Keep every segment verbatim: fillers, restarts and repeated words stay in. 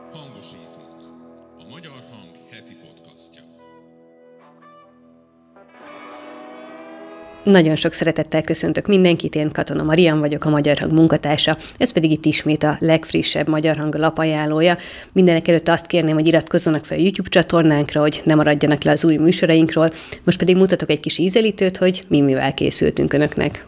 Hangosítunk. A Magyar Hang heti podcastja. Nagyon sok szeretettel köszöntök mindenkit, én Katona Marian vagyok, a Magyar Hang munkatársa, ez pedig itt ismét a legfrissebb Magyar Hang lapajánlója. Mindenek előtt azt kérném, hogy iratkozzanak fel a YouTube csatornánkra, hogy ne maradjanak le az új műsorainkról. Most pedig mutatok egy kis ízelítőt, hogy mi mivel készültünk önöknek.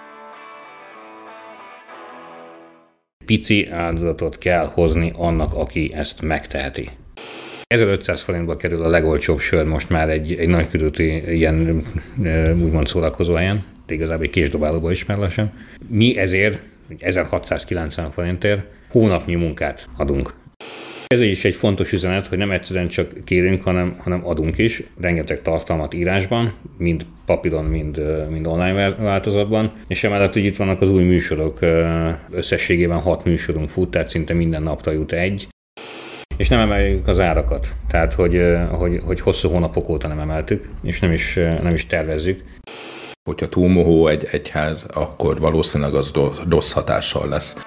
Pici áldozatot kell hozni annak, aki ezt megteheti. ezerötszáz forintba kerül a legolcsóbb sör most már egy, egy nagykörülti ilyen úgymond szórakozóhelyen, de igazából egy késdobálóból is már lassan. Mi ezért ezerhatszázkilencven forintért hónapnyi munkát adunk. Ez is egy fontos üzenet, hogy nem egyszerűen csak kérünk, hanem, hanem adunk is. Rengeteg tartalmat írásban, mind papíron, mind, mind online változatban. És emellett, hogy itt vannak az új műsorok, összességében hat műsorunk fut, tehát szinte minden napra jut egy. És nem emeljük az árakat, tehát hogy, hogy, hogy hosszú hónapok óta nem emeltük, és nem is, nem is tervezzük. Hogyha túl mohó egy egyház, akkor valószínűleg az rossz hatással lesz.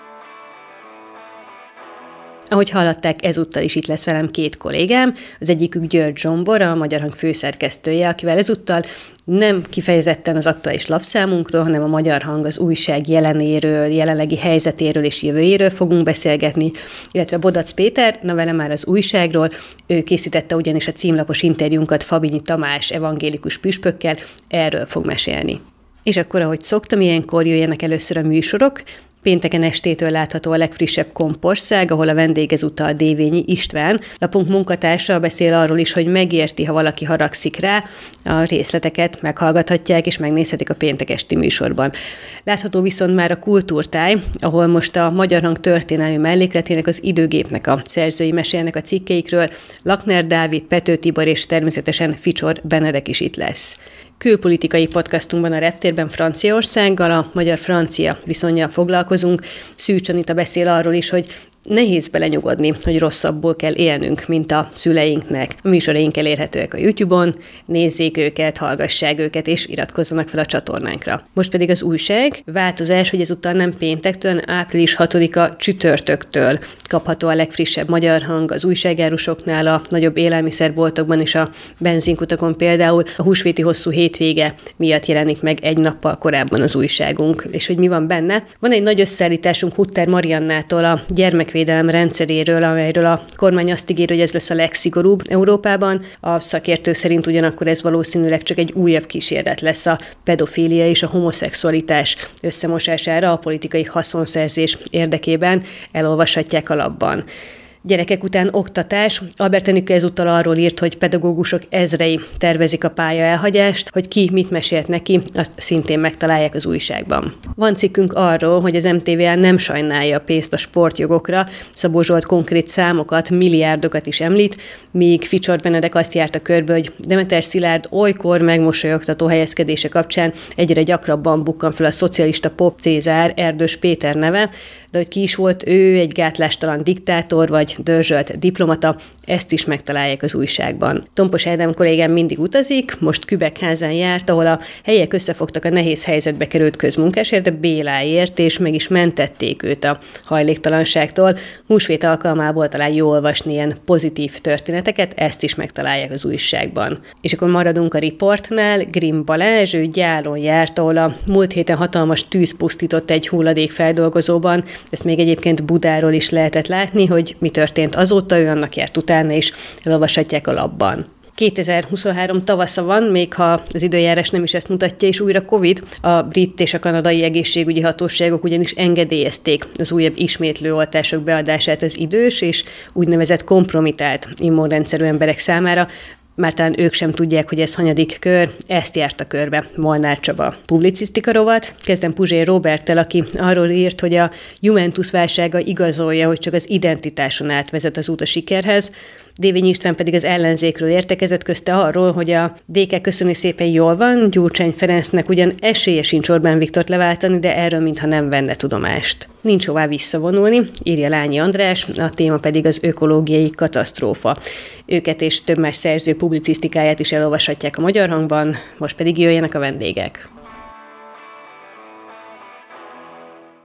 Ahogy hallották, ezúttal is itt lesz velem két kollégám, az egyikük György Zsombor, a Magyar Hang főszerkesztője, akivel ezúttal nem kifejezetten az aktuális lapszámunkról, hanem a Magyar Hang az újság jelenéről, jelenlegi helyzetéről és jövőjéről fogunk beszélgetni, illetve Bodac Péter, na vele már az újságról, ő készítette ugyanis a címlapos interjúnkat Fabinyi Tamás evangélikus püspökkel, erről fog mesélni. És akkor, ahogy szoktam, ilyenkor jöjjenek először a műsorok. Pénteken estétől látható a legfrissebb Kompország, ahol a vendég ezúttal Dévényi István. Lapunk munkatársa beszél arról is, hogy megérti, ha valaki haragszik rá. A részleteket meghallgathatják és megnézhetik a péntek esti műsorban. Látható viszont már a Kultúrtáj, ahol most a Magyar Hang történelmi mellékletének, az Időgépnek a szerzői mesélnek a cikkeikről. Lakner Dávid, Pető Tibor és természetesen Ficsor Benedek is itt lesz. Külpolitikai podcastunkban a Reptérben Franciaországgal, a magyar-francia viszonnyal foglalkozunk. Szűcs Anita beszél arról is, hogy nehéz belenyugodni, hogy rosszabbul kell élnünk, mint a szüleinknek. A műsoraink elérhetőek a YouTube-on, nézzék őket, hallgassák őket, és iratkozzanak fel a csatornánkra. Most pedig az újság. Változás, hogy ezúttal nem péntektől, április hatodika csütörtöktől kapható a legfrissebb Magyar Hang az újságárusoknál, a nagyobb élelmiszerboltokban és a benzinkutakon például. A húsvéti hosszú hétvége miatt jelenik meg egy nappal korábban az újságunk. És hogy mi van benne? Van egy nagy összeállításunk Hutter Mariannától, a gyermekvédelem rendszeréről, amelyről a kormány azt ígér, hogy ez lesz a legszigorúbb Európában. A szakértők szerint ugyanakkor ez valószínűleg csak egy újabb kísérlet lesz a pedofília és a homoszexualitás összemosására a politikai haszonszerzés érdekében. Elolvashatják a lapban. Gyerekek után oktatás. Albert Enikő ezúttal arról írt, hogy pedagógusok ezrei tervezik a pálya elhagyást, hogy ki mit mesélt neki, azt szintén megtalálják az újságban. Van cikkünk arról, hogy az em té vé á nem sajnálja a pénzt a sportjogokra, Szabó Zsolt konkrét számokat, milliárdokat is említ, míg Ficsor Benedek azt járta körbe, hogy Demeter Szilárd olykor megmosolyogtató helyezkedése kapcsán egyre gyakrabban bukkan fel a szocialista Pop Cézár Erdős Péter neve, de hogy ki is volt ő, egy gátlástalan diktátor vagy dörzsölt diplomata, ezt is megtalálják az újságban. Tompos Ádám kollégám mindig utazik, most Kübekházán járt, ahol a helyiek összefogtak a nehéz helyzetbe került közmunkásért, de Béláért, és meg is mentették őt a hajléktalanságtól. Húsvét alkalmából talán jó olvasni ilyen pozitív történeteket, ezt is megtalálják az újságban. És akkor maradunk a riportnál, Grimm Balázs, ő Gyálon járt, ahol a múlt héten hatalmas tűz pusztított egy hulladékfeldolgozóban. Ezt még egyébként Budáról is lehetett látni, hogy mi történt azóta, ő annak járt utána, és elolvashatják a lapban. kétezer-huszonhárom tavasza van, még ha az időjárás nem is ezt mutatja, és újra Covid. A brit és a kanadai egészségügyi hatóságok ugyanis engedélyezték az újabb ismétlő oltások beadását az idős és úgynevezett kompromitált immunrendszerű emberek számára. Már talán ők sem tudják, hogy ez hanyadik kör, ezt járta körbe Molnár Csaba. Publicisztika rovat, kezdem Puzsér Róberttel, aki arról írt, hogy a Juventus válsága igazolja, hogy csak az identitáson át vezet az út a sikerhez. Dévényi István pedig az ellenzékről értekezett, közte arról, hogy a dé ká köszöni szépen jól van, Gyurcsány Ferencnek ugyan esélye sincs Orbán Viktort leváltani, de erről mintha nem venne tudomást. Nincs hová visszavonulni, írja Lányi András, a téma pedig az ökológiai katasztrófa. Őket és több más szerző publicisztikáját is elolvashatják a Magyar Hangban, most pedig jöjjenek a vendégek.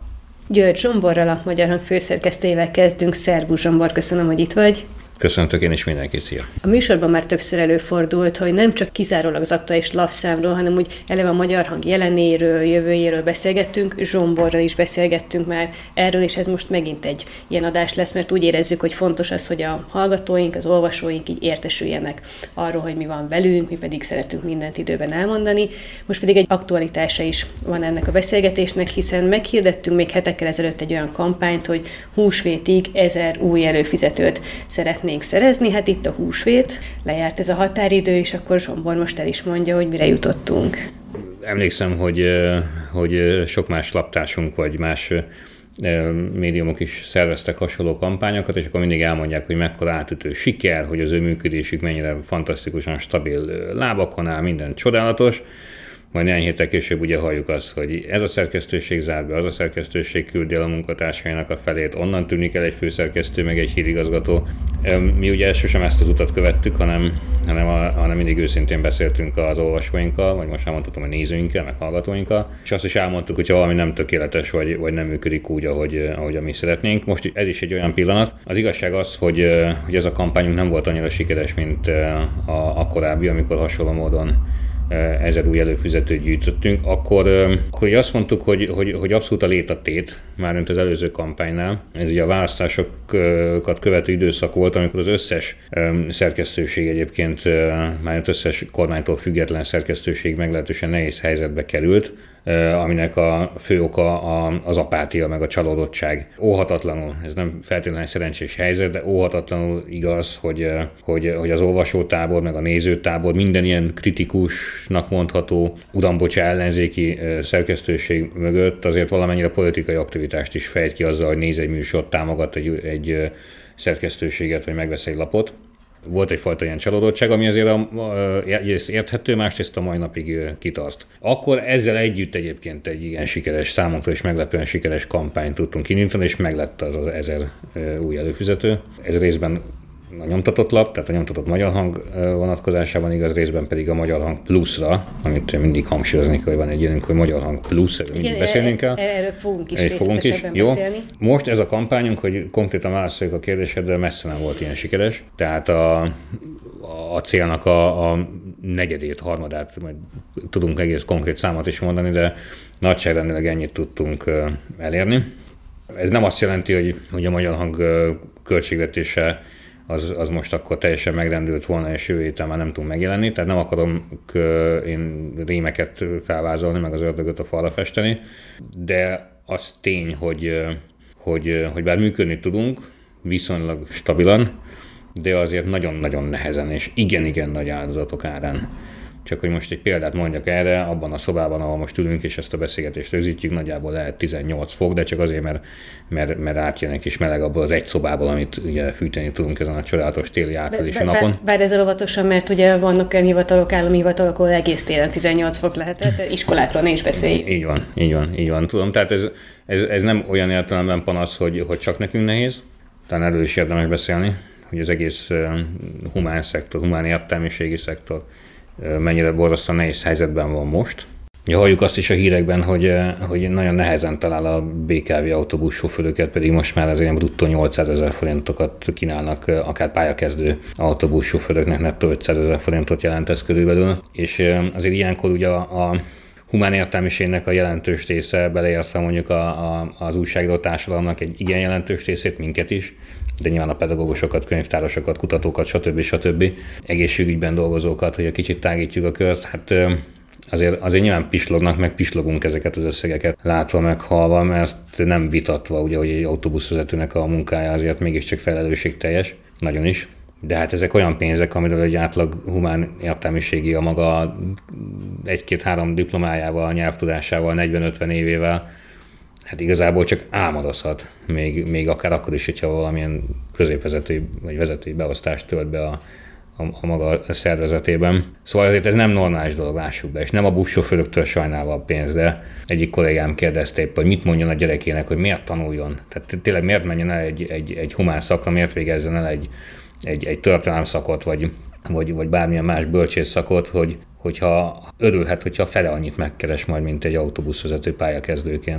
György Zsomborral, a Magyar Hang főszerkesztőjével kezdünk. Szervusz Zsombor, köszönöm, hogy itt vagy. Köszöntök én is mindenkit, szia! A műsorban már többször előfordult, hogy nem csak kizárólag az aktuális lapszámról, hanem úgy eleve a Magyar Hang jelenéről, jövőjéről beszélgettünk, Zsomborral is beszélgettünk már erről, és ez most megint egy ilyen adás lesz, mert úgy érezzük, hogy fontos az, hogy a hallgatóink, az olvasóink így értesüljenek arról, hogy mi van velünk, mi pedig szeretünk mindent időben elmondani. Most pedig egy aktualitása is van ennek a beszélgetésnek, hiszen meghirdettünk még hetekkel ezelőtt egy olyan kampányt, hogy húsvétig ezer új előfizetőt szeretnénk szerezni. Hát itt a húsvét, lejárt ez a határidő, és akkor Zsombor most el is mondja, hogy mire jutottunk. Emlékszem, hogy, hogy sok más laptársunk vagy más médiumok is szerveztek hasonló kampányokat, és akkor mindig elmondják, hogy mekkora átütő siker, hogy az ő működésük mennyire fantasztikusan stabil lábakon áll, minden csodálatos. Majd néhány héttel később ugye halljuk azt, hogy ez a szerkesztőség zárt be, az a szerkesztőség küldi el a munkatársainak a felét, onnan tűnik el egy főszerkesztő, meg egy hírigazgató. Mi ugye sosem ezt az utat követtük, hanem, hanem, a, hanem mindig őszintén beszéltünk az olvasóinkkal, vagy most már mondhatom, a nézőinkkel, meg hallgatóinkkal, és azt is elmondtuk, hogy ha valami nem tökéletes, vagy, vagy nem működik úgy, ahogy, ahogy mi szeretnénk. Most ez is egy olyan pillanat. Az igazság az, hogy, hogy ez a kampányunk nem volt annyira sikeres, mint a, a korábbi, amikor hasonló módon ezer új előfizetőt gyűjtöttünk, akkor, akkor azt mondtuk, hogy, hogy, hogy abszolút a lét a tét, mármint az előző kampánynál. Ez ugye a választásokat követő időszak volt, amikor az összes szerkesztőség egyébként, mármint összes kormánytól független szerkesztőség meglehetősen nehéz helyzetbe került, aminek a fő oka az apátia, meg a csalódottság. Óhatatlanul, ez nem feltétlenül egy szerencsés helyzet, de óhatatlanul igaz, hogy, hogy, hogy az olvasótábor, meg a nézőtábor minden ilyen kritikusnak mondható, udambocsa ellenzéki szerkesztőség mögött azért valamennyire politikai aktivitást is fejt ki azzal, hogy néz egy műsort, támogat egy, egy szerkesztőséget, vagy megvesz egy lapot. Volt egyfajta ilyen csalódottság, ami azért a, egyrészt érthető, másrészt a mai napig kitart. Akkor ezzel együtt egyébként egy igen sikeres, számunkra is meglepően sikeres kampányt tudtunk indítani, és meglett az az ezer új előfizető. Ez részben a nyomtatott lap, tehát a nyomtatott Magyar Hang vonatkozásában igaz, részben pedig a Magyar Hang Pluszra, amit mindig hangsúlyozni, hogy van egy ilyenünk, hogy Magyar Hang Plusz, erről mindig beszélnünk kell. Erről fogunk is fogunk részletesebben is. beszélni. Jó. Most ez a kampányunk, hogy konkrétan válaszoljuk a kérdésedre, messze nem volt ilyen sikeres. Tehát a, a célnak a, a negyedét, harmadát, majd tudunk egész konkrét számot is mondani, de nagyságrendileg ennyit tudtunk elérni. Ez nem azt jelenti, hogy, hogy a Magyar Hang költségvetése Az, az most akkor teljesen megrendült volna, és jövő héten már nem tudunk megjelenni. Tehát nem akarom én rémeket felvázolni, meg az ördögöt a falra festeni, de az tény, hogy, hogy, hogy bár működni tudunk, viszonylag stabilan, de azért nagyon-nagyon nehezen, és igen-igen nagy áldozatok árán. Csak hogy most egy példát mondjak erre, abban a szobában, ahol most ülünk, és ezt a beszélgetést rögzítjük, nagyjából lehet tizennyolc fok, de csak azért, mert, mert, mert átjön egy kis meleg abból az egy szobából, amit ugye fűteni tudunk ezen a csodálatos téli áprilisi napon. Bár, bár ezzel óvatosan, mert ugye vannak olyan hivatalok, állami hivatalok, ahol egész télen tizennyolc fok lehetett, iskolákról ne is beszéljünk. Így van, így van, így van. Tudom, tehát ez, ez, ez nem olyan értelemben panasz, hogy, hogy csak nekünk nehéz, talán erről is érdemes beszélni, hogy az egész humán szektor, humán értelmiségi szektor mennyire borzasztóan nehéz helyzetben van most. Ja, halljuk azt is a hírekben, hogy, hogy nagyon nehezen talál a bé ká vé autóbuszsofőröket, pedig most már az ilyen bruttó nyolcszázezer forintokat kínálnak akár pályakezdő autóbuszsofőröknek, nettó ötszázezer forintot jelent ez körülbelül. És azért ilyenkor ugye a, a humán értelmiségnek a jelentős része, beleértve mondjuk a, a, az újságíró társadalomnak egy igen jelentős részét, minket is, de nyilván a pedagógusokat, könyvtárosokat, kutatókat, stb. stb. Egészségügyben dolgozókat, hogy a kicsit tágítjuk a kört, hát azért, azért nyilván pislognak, meg pislogunk ezeket az összegeket látva, meg halva, mert nem vitatva, ugye, hogy egy autóbuszvezetőnek a munkája azért mégiscsak felelősségteljes, nagyon is. De hát ezek olyan pénzek, amiről egy átlag humán értelmiségi a maga egy-két-három diplomájával, nyelvtudásával, negyven-ötven évével, hát igazából csak álmodozhat, még, még akár akkor is, hogyha valamilyen középvezetői vagy vezetői beosztást tölt be a, a, a maga szervezetében. Szóval azért ez nem normális dolog, lássuk be, és nem a buszsofőröktől sajnálva a pénz, de egyik kollégám kérdezte épp, hogy mit mondjon a gyerekének, hogy miért tanuljon. Tehát tényleg miért menjen el egy, egy, egy humán szakra, miért végezzen el egy, egy, egy történelem szakot, vagy, vagy, vagy bármilyen más bölcsész szakot, hogy, hogyha örülhet, hogyha fele annyit megkeres majd, mint egy autóbuszvezető pályakezdőként.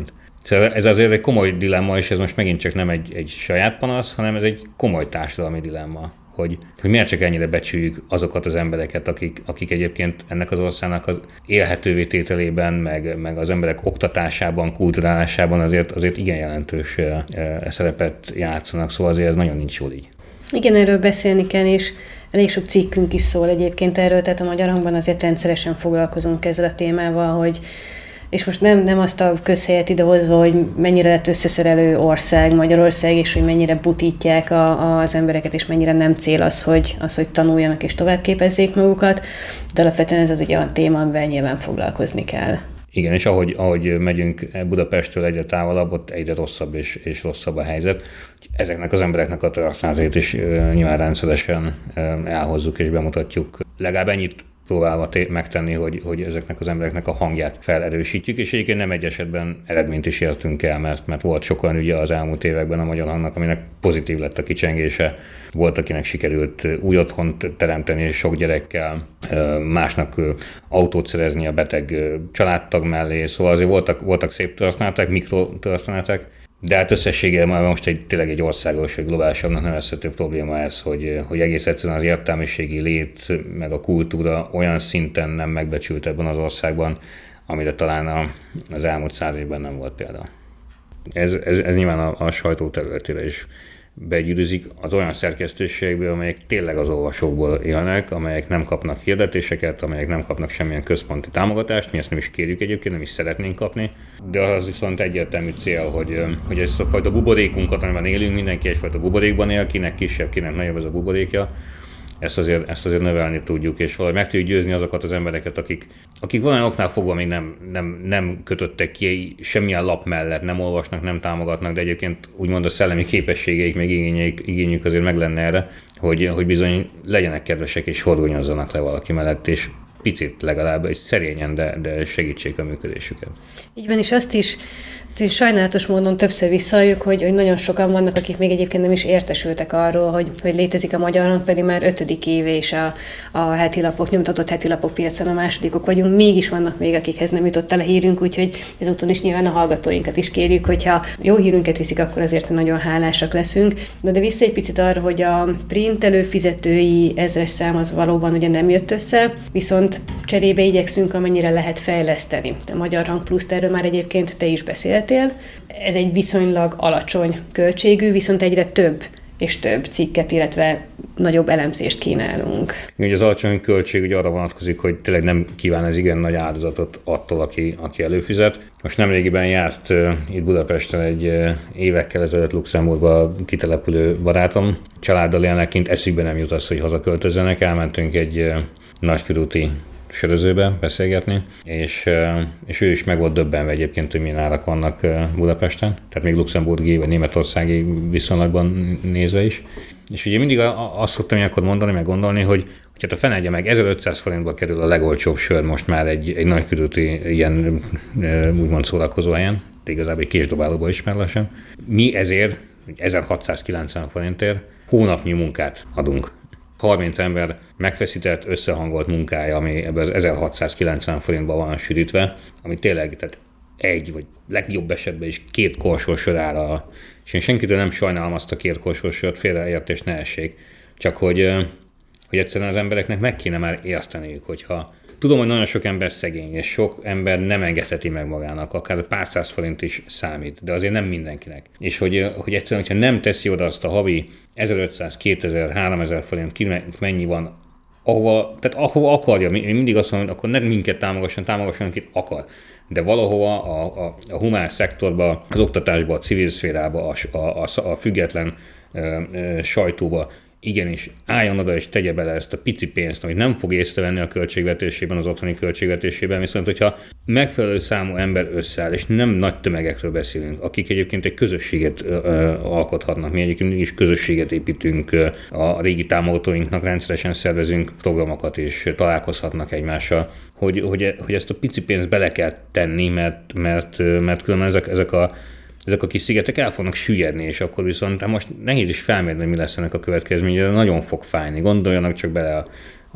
Ez azért egy komoly dilemma, és ez most megint csak nem egy, egy saját panasz, hanem ez egy komoly társadalmi dilemma, hogy, hogy miért csak ennyire becsüljük azokat az embereket, akik, akik egyébként ennek az országnak az élhetővé tételében, meg, meg az emberek oktatásában, kulturálásában azért, azért igen jelentős szerepet játszanak, szóval azért ez nagyon nincs jól így. Igen, erről beszélni kell, és elég sok cikkünk is szól egyébként erről, tehát a Magyar Hangban azért rendszeresen foglalkozunk ezzel a témával, hogy és most nem, nem azt a közhelyet idehozva, hogy mennyire lett összeszerelő ország Magyarország, és hogy mennyire butítják a, az embereket, és mennyire nem cél az, hogy, az, hogy tanuljanak és továbbképezzék magukat, de alapvetően ez az egy olyan téma, amivel nyilván foglalkozni kell. Igen, és ahogy, ahogy megyünk Budapesttől egyre távolabb, ott egyre rosszabb és, és rosszabb a helyzet. Ezeknek az embereknek a történetét is nyilván rendszeresen elhozzuk és bemutatjuk. Legalább ennyit próbálva megtenni, hogy, hogy ezeknek az embereknek a hangját felerősítjük, és egyébként nem egy esetben eredményt is értünk el, mert, mert volt sok olyan ügye az elmúlt években a Magyar Hangnak, aminek pozitív lett a kicsengése, volt, akinek sikerült új otthont teremteni sok gyerekkel, másnak autót szerezni a beteg családtag mellé, szóval azért voltak, voltak szép történetek, mikrotörténetek, de hát összességében már most egy, tényleg egy országos, vagy globálisabbnak nevezhető probléma ez, hogy, hogy egész egyszerűen az értelmiségi lét, meg a kultúra olyan szinten nem megbecsült ebben az országban, amire talán a, az elmúlt száz évben nem volt példa. Ez, ez, ez nyilván a, a sajtó területére is begyűrűzik az olyan szerkesztőségből, amelyek tényleg az olvasókból élnek, amelyek nem kapnak hirdetéseket, amelyek nem kapnak semmilyen központi támogatást, mi ezt nem is kérjük egyébként, nem is szeretnénk kapni, de az viszont egyértelmű cél, hogy, hogy ezt a fajta buborékunkat, amiben élünk, mindenki egyfajta buborékban él, kinek kisebb, kinek nagyobb ez a buborékja, ezt azért, ezt azért növelni tudjuk, és valahogy meg tudjuk győzni azokat az embereket, akik, akik valamilyen oknál fogva még nem, nem, nem kötöttek ki semmilyen lap mellett, nem olvasnak, nem támogatnak, de egyébként úgymond a szellemi képességeik, meg igényeik, igényük azért meg lenne erre, hogy, hogy bizony legyenek kedvesek és horgonyozzanak le valaki mellett, és picit legalább, egy szerényen, de, de segítsék a működésüket. Így van, és azt is sajnálatos módon többször visszahalljuk, hogy, hogy nagyon sokan vannak, akik még egyébként nem is értesültek arról, hogy, hogy létezik a Magyar Hang, pedig már ötödik éve és a, a heti lapok, nyomtatott heti lapok piacon a másodikok vagyunk, mégis vannak még, akikhez nem jutott el a hírünk, úgyhogy ezúton is nyilván a hallgatóinkat is kérjük, hogyha jó hírünket viszik, akkor azért nagyon hálásak leszünk. De, de vissza egy picit arra, hogy a print előfizetői ezres szám az valóban ugye nem jött össze, viszont cserébe igyekszünk, amennyire lehet fejleszteni. A Magyar Hang Pluszt erről már egyébként te is beszéltél. Ez egy viszonylag alacsony költségű, viszont egyre több és több cikket, illetve nagyobb elemzést kínálunk. Ugye az alacsony költség ugye arra vonatkozik, hogy tényleg nem kíván ez igen nagy áldozatot attól, aki, aki előfizet. Most nemrégiben járt uh, itt Budapesten egy uh, évekkel ezelőtt Luxemburgba kitelepülő barátom. Családdal élnek kint, eszükbe nem jut az, hogy hazaköltözzenek. Elmentünk egy uh, nagykörúti sörözőbe beszélgetni, és, és ő is meg volt döbbenve egyébként, hogy milyen árak vannak Budapesten, tehát még luxemburgi vagy németországi viszonylatban nézve is. És ugye mindig azt szoktam ilyenkor mondani, meg gondolni, hogy, hogy hát a fenegye meg ezerötszáz forintba kerül a legolcsóbb sör most már egy, egy nagykörúti ilyen úgymond szórakozó helyen, de igazából egy késdobálóba is mellesen. Mi ezért ezerhatszázkilencven forintért hónapnyi munkát adunk. harminc ember megfeszített, összehangolt munkája, ami ebben az ezerhatszázkilencven forintban van sűrítve, ami tényleg tehát egy, vagy legjobb esetben is két korsós sör áll a... És én senkitől nem sajnálom azt a két korsós sört, félreértés ne essék. Csak hogy, hogy egyszerűen az embereknek meg kéne már érteniük, hogyha... Tudom, hogy nagyon sok ember szegény, és sok ember nem engedheti meg magának, akár pár száz forint is számít, de azért nem mindenkinek. És hogy, hogy egyszerűen, hogyha nem teszi oda azt a havi ezerötszáz, kétezer, háromezer forint, ki mennyi van, ahova, tehát ahova akarja, én mindig azt mondom, hogy akkor nem minket támogasson, támogasson, akit akar. De valahova a, a, a humán szektorba, az oktatásba, a civil szférába, a, a, a, a független ö, ö, sajtóba, igenis álljon oda és tegye bele ezt a pici pénzt, amit nem fog észrevenni a költségvetésében, az otthoni költségvetésében, viszont hogyha megfelelő számú ember összeáll, és nem nagy tömegekről beszélünk, akik egyébként egy közösséget ö, ö, alkothatnak, mi egyébként is közösséget építünk, ö, a régi támogatóinknak rendszeresen szervezünk programokat, és találkozhatnak egymással, hogy, hogy, hogy ezt a pici pénzt bele kell tenni, mert, mert, mert különben ezek, ezek a ezek a kis szigetek el fognak süllyedni, és akkor viszont hát most nehéz is felmérni, hogy mi lesz ennek a következménye, de nagyon fog fájni. Gondoljanak csak bele a,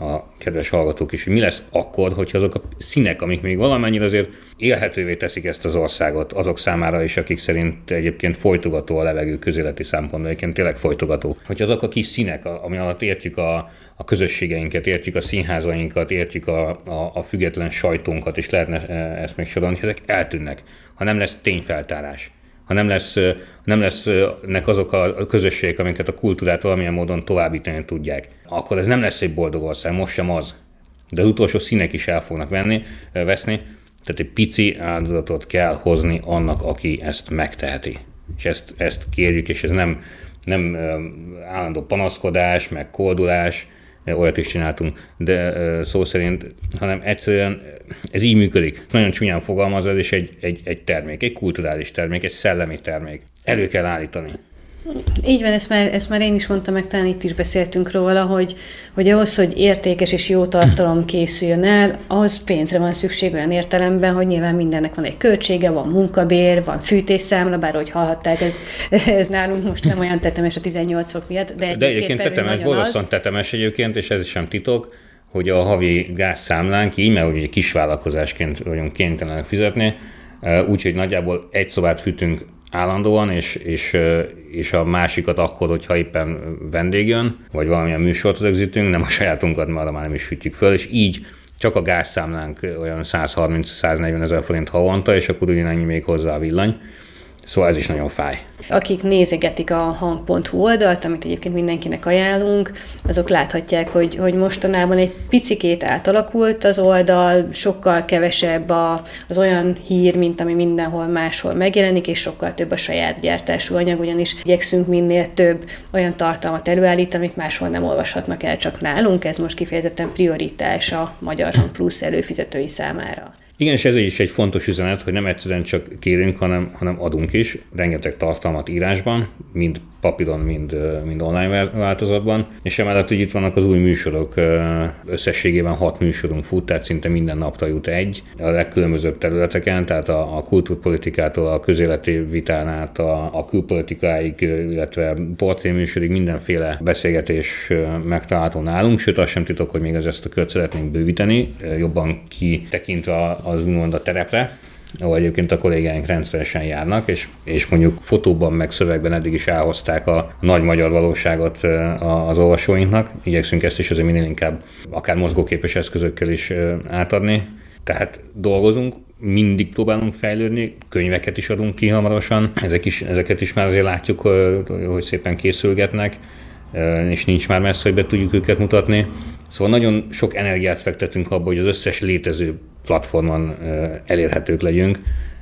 a kedves hallgatók is, hogy mi lesz akkor, hogyha azok a színek, amik még valamennyire azért élhetővé teszik ezt az országot, azok számára is, akik szerint egyébként folytogató a levegő közéleti szempontból, egyébként tényleg folytogató. Hogyha azok a kis színek, ami alatt értjük a, a közösségeinket, értjük a színházainkat, értjük a, a, a független sajtónkat, és lehetne ezt még sorolni, hogy ezek eltűnnek, ha nem lesz tényfeltárás. Ha nem, lesz, nem lesznek azok a közösségek, amiket a kultúrát valamilyen módon továbbítani tudják, akkor ez nem lesz egy boldog ország, most sem az. De az utolsó színek is el fognak venni, veszni, tehát egy pici áldozatot kell hozni annak, aki ezt megteheti. És ezt, ezt kérjük, és ez nem, nem állandó panaszkodás, meg koldulás, olyat is csináltunk, de szó szerint, hanem egyszerűen ez így működik. Nagyon csúnyán fogalmazod, és egy, egy, egy termék, egy kulturális termék, egy szellemi termék. Elő kell állítani. Így van, ezt már, ezt már én is mondtam, meg talán itt is beszéltünk róla, hogy, hogy ahhoz, hogy értékes és jó tartalom készüljön el, ahhoz pénzre van szükség olyan értelemben, hogy nyilván mindennek van egy költsége, van munkabér, van fűtésszámla, bár hogy hallhatták, ez, ez nálunk most nem olyan tetemes a tizennyolc fok miatt. De egyébként, de egyébként tetemes, borzasztóan tetemes egyébként, és ez sem titok, hogy a havi gázszámlánk így, mert ugye kisvállalkozásként vagyunk kénytelenek fizetni, úgyhogy nagyjából egy szobát fűtünk állandóan, és, és, és a másikat akkor, hogyha éppen vendég jön, vagy valamilyen műsort rögzítünk, nem a sajátunkat, mert már nem is fűtjük föl, és így csak a gázszámlánk olyan száz harminc száz negyven ezer forint havonta, és akkor ugyanannyi még hozzá a villany. Szóval ez is nagyon fáj. Akik nézegetik a hang pont hu oldalt, amit egyébként mindenkinek ajánlunk, azok láthatják, hogy, hogy mostanában egy picikét átalakult az oldal, sokkal kevesebb a, az olyan hír, mint ami mindenhol máshol megjelenik, és sokkal több a saját gyártású anyag, ugyanis igyekszünk minél több olyan tartalmat előállítani, amit máshol nem olvashatnak el, csak nálunk. Ez most kifejezetten prioritás a Magyar Hang Plus előfizetői számára. Igen, és ez is egy fontos üzenet, hogy nem egyszerűen csak kérünk, hanem, hanem adunk is. Rengeteg tartalmat írásban, mind papíron, mind, mind online változatban. És emellett, hogy itt vannak az új műsorok, összességében hat műsorunk fut, tehát szinte minden napra jut egy. A legkülönbözőbb területeken, tehát a, a kultúrpolitikától, a közéleti vitán át, a, a külpolitikáig, illetve portréműsorig mindenféle beszélgetés megtalálható nálunk, sőt azt sem titok, hogy még ezt a kört szeretnénk bővíteni, jobban kitekintve az úgymond a terepre, ahol egyébként a kollégáink rendszeresen járnak, és, és mondjuk fotóban meg szövegben eddig is elhozták a nagy magyar valóságot az olvasóinknak. Igyekszünk ezt is azért minél inkább akár mozgóképes eszközökkel is átadni. Tehát dolgozunk, mindig próbálunk fejlődni, könyveket is adunk ki hamarosan, Ezek is, ezeket is már azért látjuk, hogy szépen készülgetnek, és nincs már messze, hogy be tudjuk őket mutatni. Szóval nagyon sok energiát fektetünk abba, hogy az összes létező platformon elérhetők legyünk,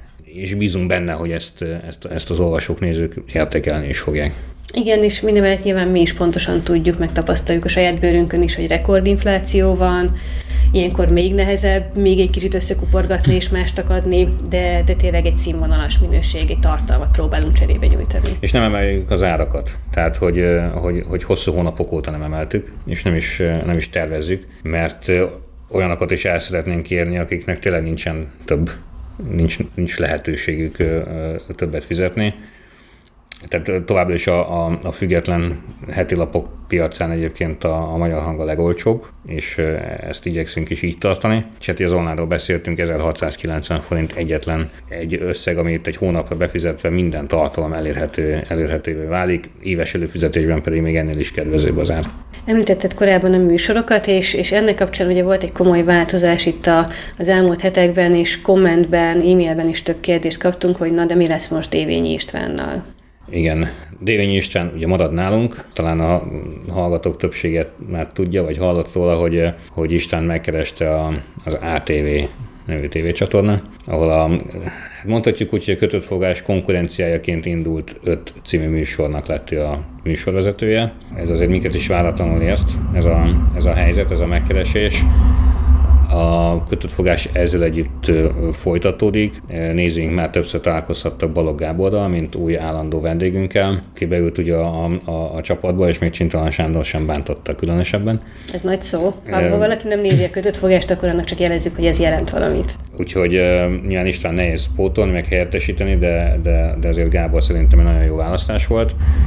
és bízunk benne, hogy ezt, ezt, ezt az olvasók, nézők értékelni is fogják. Igen, és mindemellett nyilván mi is pontosan tudjuk, megtapasztaljuk a saját bőrünkön is, hogy rekordinfláció van, ilyenkor még nehezebb, még egy kicsit összekuporgatni és mást akadni, de, de tényleg egy színvonalas minőségi tartalmat próbálunk cserébe nyújtani. És nem emeljük az árakat, tehát hogy, hogy, hogy hosszú hónapok óta nem emeltük, és nem is, nem is tervezzük, mert olyanokat is el szeretnénk kérni, akiknek tényleg nincsen több, nincs, nincs lehetőségük többet fizetni. Tehát továbbra is a, a, a független heti lapok piacán egyébként a, a Magyar Hang a legolcsóbb, és ezt igyekszünk is így tartani. És hát az online-ról beszéltünk, ezerhatszázkilencven forint egyetlen egy összeg, amit egy hónapra befizetve minden tartalom elérhető, elérhetővé válik, éves előfizetésben pedig még ennél is kedvezőbb az ár. Említetted korábban a műsorokat, és, és ennek kapcsán ugye volt egy komoly változás itt a, az elmúlt hetekben, és kommentben, e-mailben is több kérdést kaptunk, hogy na de mi lesz most Dévényi Istvánnal? Igen, Dévényi István ugye marad nálunk, talán a hallgatók többséget már tudja, vagy hallott róla, hogy, hogy István megkereste a, az á té vé nevű tévécsatorna, ahol a, mondhatjuk úgy, hogy a kötött fogás konkurenciájaként indult öt című műsornak lett ő a műsorvezetője. Ez azért minket is váratlanul ért, ez a, ez a helyzet, ez a megkeresés. A kötött fogás ezzel együtt folytatódik. Nézőink már többször találkozhattak Balogh Gáborral, mint új állandó vendégünkkel, aki beült ugye a, a, a csapatba, és még Csintalan Sándor sem bántotta különösebben. Ez nagy szó. Ha e... valaki nem nézi a kötött fogást, akkor annak csak jelezzük, hogy ez jelent valamit. Úgyhogy uh, nyilván István nehéz pótolni, meg helyettesíteni, de, de, de azért Gábor szerintem egy nagyon jó választás volt.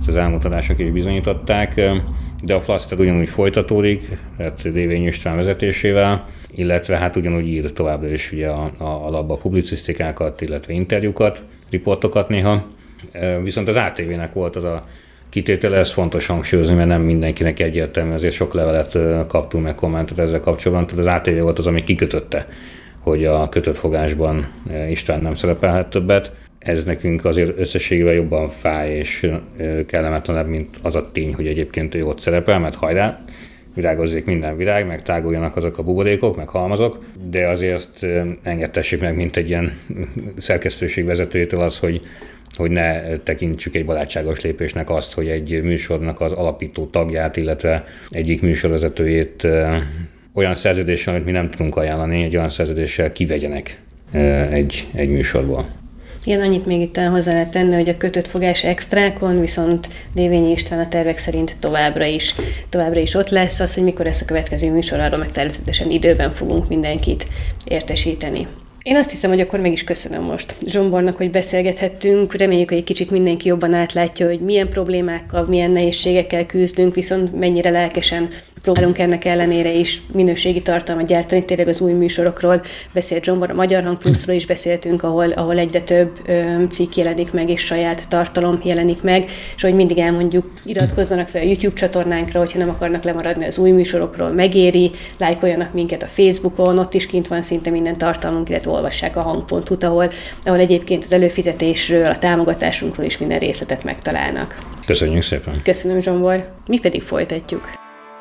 az elmúlt adások is bizonyították, de a Flaszter ugyanúgy folytatódik, tehát Dévényi István vezetésével, illetve hát ugyanúgy ír továbbra is ugye a, a, a labba publicisztikákat, illetve interjúkat, riportokat néha. Viszont az á té vének volt az a kitétele, ez fontos hangsúlyozni, mert nem mindenkinek egyértelmű, azért sok levelet kaptunk meg kommentet ezzel kapcsolatban, tehát az á té vé volt az, ami kikötötte, hogy a kötött fogásban István nem szerepelhet többet. Ez nekünk azért összességében jobban fáj és kellemetlenebb, mint az a tény, hogy egyébként ő ott szerepel, mert hajrá, virágozzék minden virág, meg táguljanak azok a buborékok, meg halmazok, de azért azt engedtessék meg, mint egy ilyen szerkesztőség vezetőjétől az, hogy, hogy ne tekintsük egy barátságos lépésnek azt, hogy egy műsornak az alapító tagját, illetve egyik műsorvezetőjét olyan szerződéssel, amit mi nem tudunk ajánlani, egy olyan szerződéssel kivegyenek egy, egy műsorból. Igen, annyit még itt hozzá lehet tenni, hogy a kötött fogás extrákon, viszont Dévényi István a tervek szerint továbbra is, továbbra is ott lesz. Az, hogy mikor lesz a következő műsor, arról meg természetesen időben fogunk mindenkit értesíteni. Én azt hiszem, hogy akkor meg is köszönöm most Zsombornak, hogy beszélgethettünk. Reméljük, hogy egy kicsit mindenki jobban átlátja, hogy milyen problémákkal, milyen nehézségekkel küzdünk, viszont mennyire lelkesen próbálunk ennek ellenére is minőségi tartalmat gyártani. Tényleg az új műsorokról beszélt Zsombor, a Magyar Hang Pluszról is beszéltünk, ahol, ahol egyre több ö, cikk jelenik meg, és saját tartalom jelenik meg, és hogy mindig elmondjuk, iratkozzanak fel a YouTube csatornánkra, hogyha nem akarnak lemaradni az új műsorokról, megéri, lájkoljanak minket a Facebookon, ott is kint van szinte minden tartalmunk, illetve olvassák a hang pont hu-t, ahol, ahol egyébként az előfizetésről, a támogatásunkról is minden részletet megtalálnak. Köszönjük szépen! Köszönöm, Zsombor! Mi pedig folytatjuk.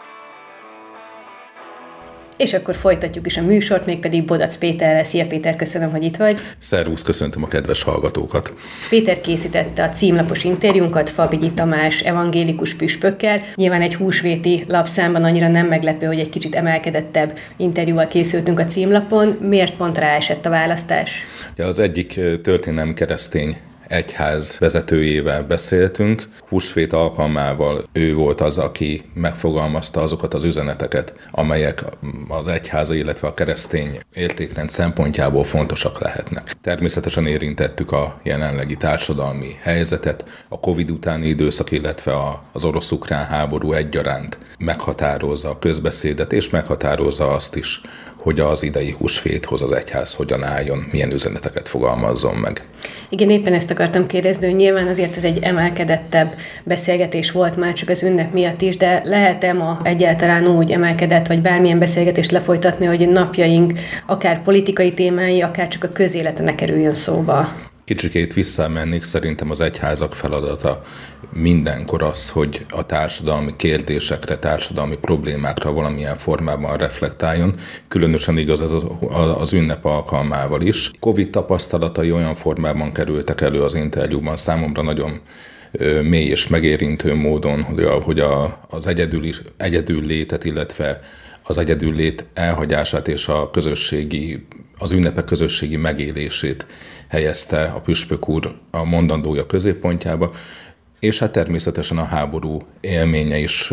És akkor folytatjuk is a műsort, mégpedig Bodac Péterrel. Szia Péter, köszönöm, hogy itt vagy. Szervusz, köszöntöm a kedves hallgatókat. Péter készítette a címlapos interjúnkat Fabigyi Tamás evangélikus püspökkel. Nyilván egy húsvéti lapszámban annyira nem meglepő, hogy egy kicsit emelkedettebb interjúval készültünk a címlapon. Miért pont rá esett a választás? Ja, az egyik történelmi keresztény egyház vezetőjével beszéltünk. Húsvét alkalmával ő volt az, aki megfogalmazta azokat az üzeneteket, amelyek az egyháza, illetve a keresztény értékrend szempontjából fontosak lehetnek. Természetesen érintettük a jelenlegi társadalmi helyzetet, a Covid utáni időszak, illetve az orosz-ukrán háború egyaránt meghatározza a közbeszédet, és meghatározza azt is, hogy az idei húsvéthoz az egyház hogyan álljon, milyen üzeneteket fogalmazzon meg. Igen, éppen ezt akartam kérdezni, hogy nyilván azért ez egy emelkedettebb beszélgetés volt már csak az ünnep miatt is, de lehet-e ma egyáltalán úgy emelkedett, vagy bármilyen beszélgetést lefolytatni, hogy napjaink akár politikai témái, akár csak a közélete ne kerüljön szóba? Kicsikét visszamennék, szerintem az egyházak feladata mindenkor az, hogy a társadalmi kérdésekre, társadalmi problémákra valamilyen formában reflektáljon. Különösen igaz ez az, az ünnep alkalmával is. Covid tapasztalatai olyan formában kerültek elő az interjúban számomra nagyon mély és megérintő módon, hogy a, az egyedül, egyedül létet, illetve az egyedül lét elhagyását és a közösségi, az ünnepek közösségi megélését helyezte a püspök úr a mondandója középpontjába, és hát természetesen a háború élménye is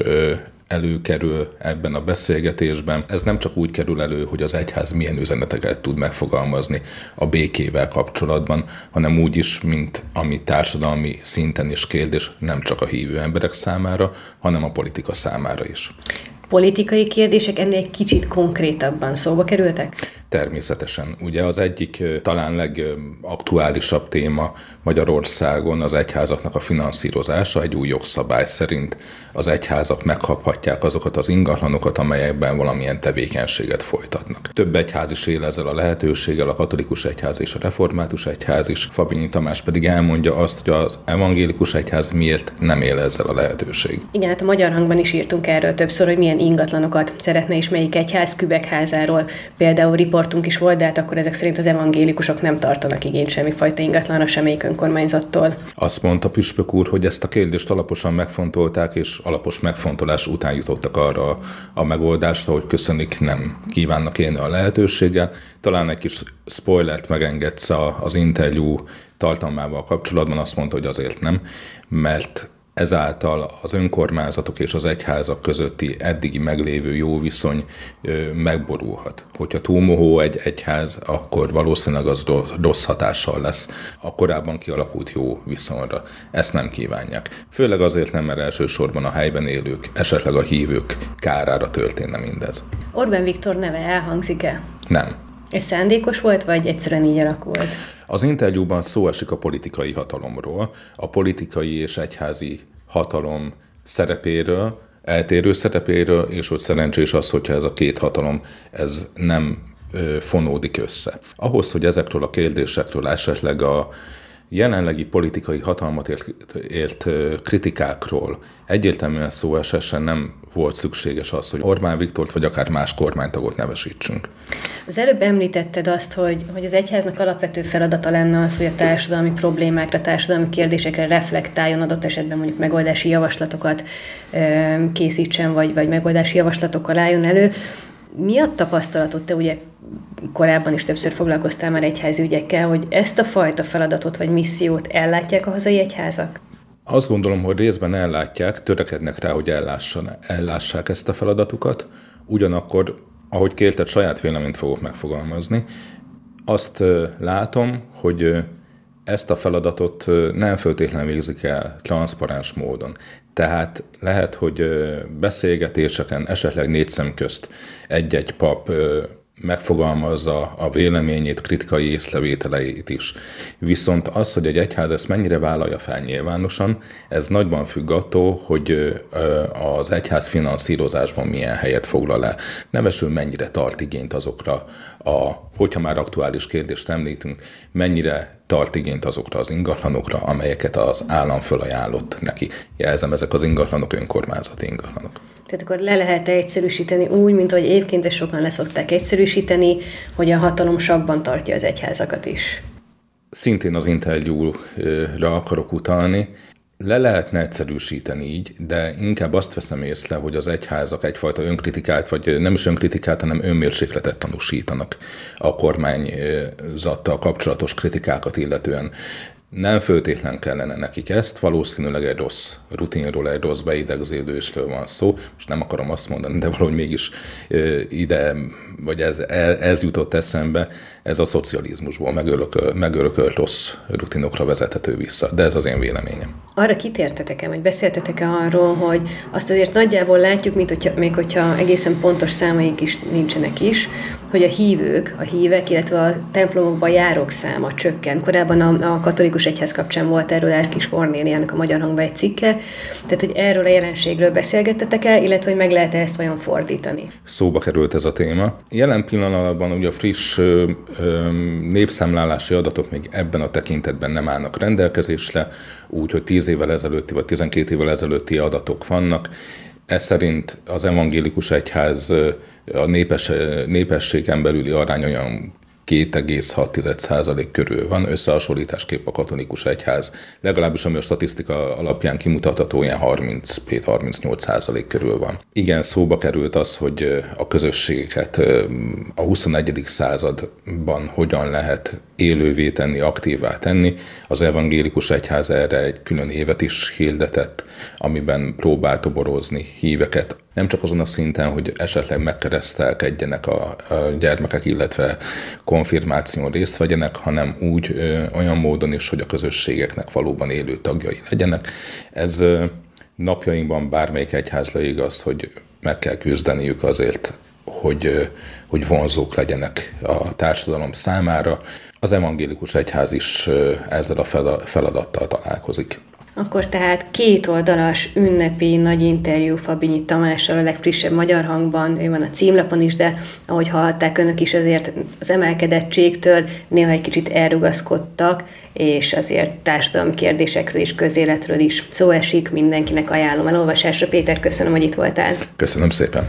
előkerül ebben a beszélgetésben. Ez nem csak úgy kerül elő, hogy az egyház milyen üzeneteket tud megfogalmazni a békével kapcsolatban, hanem úgy is, mint ami társadalmi szinten is kérdés nem csak a hívő emberek számára, hanem a politika számára is. Politikai kérdések ennél egy kicsit konkrétabban szóba kerültek? Természetesen. Ugye az egyik talán legaktuálisabb téma Magyarországon az egyházaknak a finanszírozása. Egy új jogszabály szerint az egyházak megkaphatják azokat az ingatlanokat, amelyekben valamilyen tevékenységet folytatnak. Több egyház is él ezzel a lehetőséggel, a katolikus egyház és a református egyház is. Fabigyi Tamás pedig elmondja azt, hogy az evangélikus egyház miért nem él ezzel a lehetőség. Igen, hát a Magyar Hangban is írtunk erről többször, hogy milyen ingatlanokat szeretne és melyik egyház. Kübekházáról például riportunk is volt, de hát akkor ezek szerint az evangélikusok nem tartanak igényt semmifajta ingatlanra, semmelyik önkormányzattól. Azt mondta püspök úr, hogy ezt a kérdést alaposan megfontolták, és alapos megfontolás után jutottak arra a megoldásra, hogy köszönik, nem kívánnak élni a lehetőséggel. Talán egy kis spoilert megengedsz az interjú tartalmával kapcsolatban, azt mondta, hogy azért nem, mert ezáltal az önkormányzatok és az egyházak közötti eddigi meglévő jó viszony megborulhat. Hogyha túlmohó egy egyház, akkor valószínűleg az rossz hatással lesz a korábban kialakult jó viszonyra. Ezt nem kívánják. Főleg azért nem, mert elsősorban a helyben élők, esetleg a hívők kárára történne mindez. Orbán Viktor neve elhangzik-e? Nem. Ez szándékos volt, vagy egyszerűen így alakult? Az interjúban szó esik a politikai hatalomról, a politikai és egyházi hatalom szerepéről, eltérő szerepéről, és hogy szerencsés az, hogyha ez a két hatalom ez nem ö, fonódik össze. Ahhoz, hogy ezekről a kérdésekről esetleg a jelenlegi politikai hatalmat ért, ért kritikákról egyértelműen szó esessen, nem volt szükséges az, hogy Orbán Viktort vagy akár más kormánytagot nevesítsünk. Az előbb említetted azt, hogy, hogy az egyháznak alapvető feladata lenne az, hogy a társadalmi problémákra, társadalmi kérdésekre reflektáljon, adott esetben mondjuk megoldási javaslatokat készítsen, vagy, vagy megoldási javaslatokkal álljon elő. Mi a tapasztalatod, te ugye korábban is többször foglalkoztál már egyházi ügyekkel, hogy ezt a fajta feladatot vagy missziót ellátják a hazai egyházak? Azt gondolom, hogy részben ellátják, törekednek rá, hogy ellássan, ellássák ezt a feladatukat, ugyanakkor, ahogy kérted, saját véleményt fogok megfogalmazni, azt látom, hogy ezt a feladatot nem feltétlenül végzik el transzparens módon. Tehát lehet, hogy beszélgetéseken, esetleg négy szem közt egy-egy pap megfogalmazza a véleményét, kritikai észrevételeit is. Viszont az, hogy egy egyház ezt mennyire vállalja fel nyilvánosan, ez nagyban függ attól, hogy az egyház finanszírozásban milyen helyet foglal el. Nevesül mennyire tart igényt azokra, a, hogyha már aktuális kérdést említünk, mennyire tart igényt azokra az ingatlanokra, amelyeket az állam fölajánlott neki. Jelzem, ezek az ingatlanok önkormányzati ingatlanok. Tehát akkor le lehet egyszerűsíteni úgy, mint hogy egyébként ezt sokan leszokták egyszerűsíteni, hogy a hatalom sakban tartja az egyházakat is. Szintén az interjúra akarok utalni. Le lehetne egyszerűsíteni így, de inkább azt veszem észre, hogy az egyházak egyfajta önkritikát, vagy nem is önkritikát, hanem önmérsékletet tanúsítanak a kormányzattal kapcsolatos kritikákat illetően. Nem föltétlen kellene nekik ezt, valószínűleg egy rossz rutinról, egy rossz beidegződésről van szó. Most nem akarom azt mondani, de valahogy mégis ide, vagy ez, ez jutott eszembe, ez a szocializmusból megörökölt, megörökölt rossz rutinokra vezethető vissza. De ez az én véleményem. Arra kitértetek-e, vagy beszéltetek-e arról, hogy azt azért nagyjából látjuk, mint hogyha, még hogyha egészen pontos számaik is nincsenek is, hogy a hívők, a hívek, illetve a templomokban járók száma csökken. Korábban a, a katolikus egyház kapcsán volt erről Erkis Kornéliának a Magyar Hangban egy cikke, tehát hogy erről a jelenségről beszélgettetek el, illetve hogy meg lehet-e ezt vajon fordítani? Szóba került ez a téma. Jelen pillanatban ugye a friss ö, ö, népszámlálási adatok még ebben a tekintetben nem állnak rendelkezésre, úgyhogy tíz évvel ezelőtti vagy tizenkét évvel ezelőtti adatok vannak. Ez szerint az evangélikus egyház a népes, népességen belüli arány olyan két egész hat százalék körül van, összehasonlításképp a katolikus egyház, legalábbis ami a statisztika alapján kimutatható, ilyen harminchét-harmincnyolc százalék körül van. Igen, szóba került az, hogy a közösségeket a huszonegyedik században hogyan lehet élővé tenni, aktívvá tenni. Az evangélikus egyház erre egy külön évet is hirdetett, amiben próbál toborozni híveket. Nem csak azon a szinten, hogy esetleg megkeresztelkedjenek a, a gyermekek, illetve konfirmáción részt vegyenek, hanem úgy ö, olyan módon is, hogy a közösségeknek valóban élő tagjai legyenek. Ez ö, napjainkban bármelyik egyházra igaz, hogy meg kell küzdeniük azért, hogy, ö, hogy vonzók legyenek a társadalom számára. Az evangélikus egyház is ö, ezzel a feladattal találkozik. Akkor tehát két oldalas ünnepi nagy interjú Fabinyi Tamással a legfrissebb Magyar Hangban, ő van a címlapon is, de ahogy hallhatták önök is, azért az emelkedettségtől néha egy kicsit elrugaszkodtak, és azért társadalmi kérdésekről és közéletről is szó esik, mindenkinek ajánlom elolvasásra. Péter, köszönöm, hogy itt voltál. Köszönöm szépen.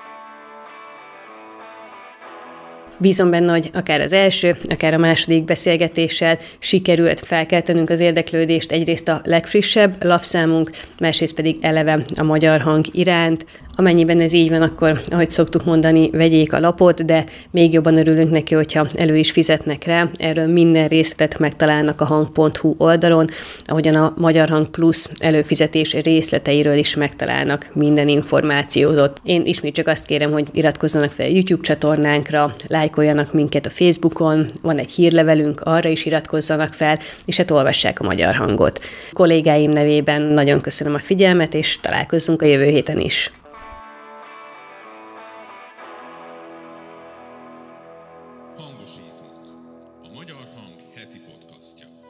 Bízom benne, hogy akár az első, akár a második beszélgetéssel sikerült felkeltenünk az érdeklődést egyrészt a legfrissebb lapszámunk, másrészt pedig eleve a Magyar Hang iránt, Amennyiben ez így van, akkor, ahogy szoktuk mondani, vegyék a lapot, de még jobban örülünk neki, hogyha elő is fizetnek rá. Erről minden részletet megtalálnak a hang pont hu oldalon, ahogyan a Magyar Hang Plus előfizetés részleteiről is megtalálnak minden információt. Én ismét csak azt kérem, hogy iratkozzanak fel a YouTube csatornánkra, lájkoljanak minket a Facebookon, van egy hírlevelünk, arra is iratkozzanak fel, és hát olvassák a Magyar Hangot. A kollégáim nevében nagyon köszönöm a figyelmet, és találkozzunk a jövő héten is. Hangosítunk. A Magyar Hang heti podcastja.